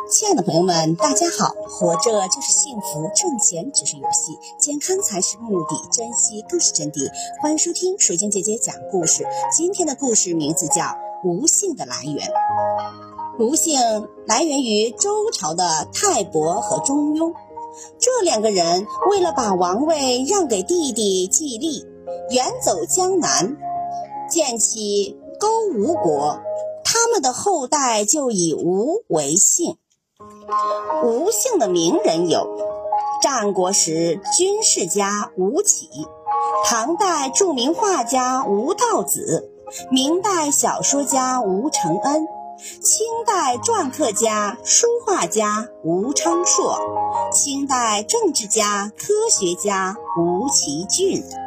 亲爱的朋友们，大家好！活着就是幸福，挣钱只是游戏，健康才是目的，珍惜更是真谛。欢迎收听水晶姐姐讲故事。今天的故事名字叫《吴姓的来源》。吴姓来源于周朝的泰伯和中庸，这两个人为了把王位让给弟弟季历，远走江南，建起勾吴国，他们的后代就以吴为姓。吴姓的名人有战国时军事家吴起，唐代著名画家吴道子，明代小说家吴承恩，清代篆刻家书画家吴昌硕，清代政治家科学家吴其俊。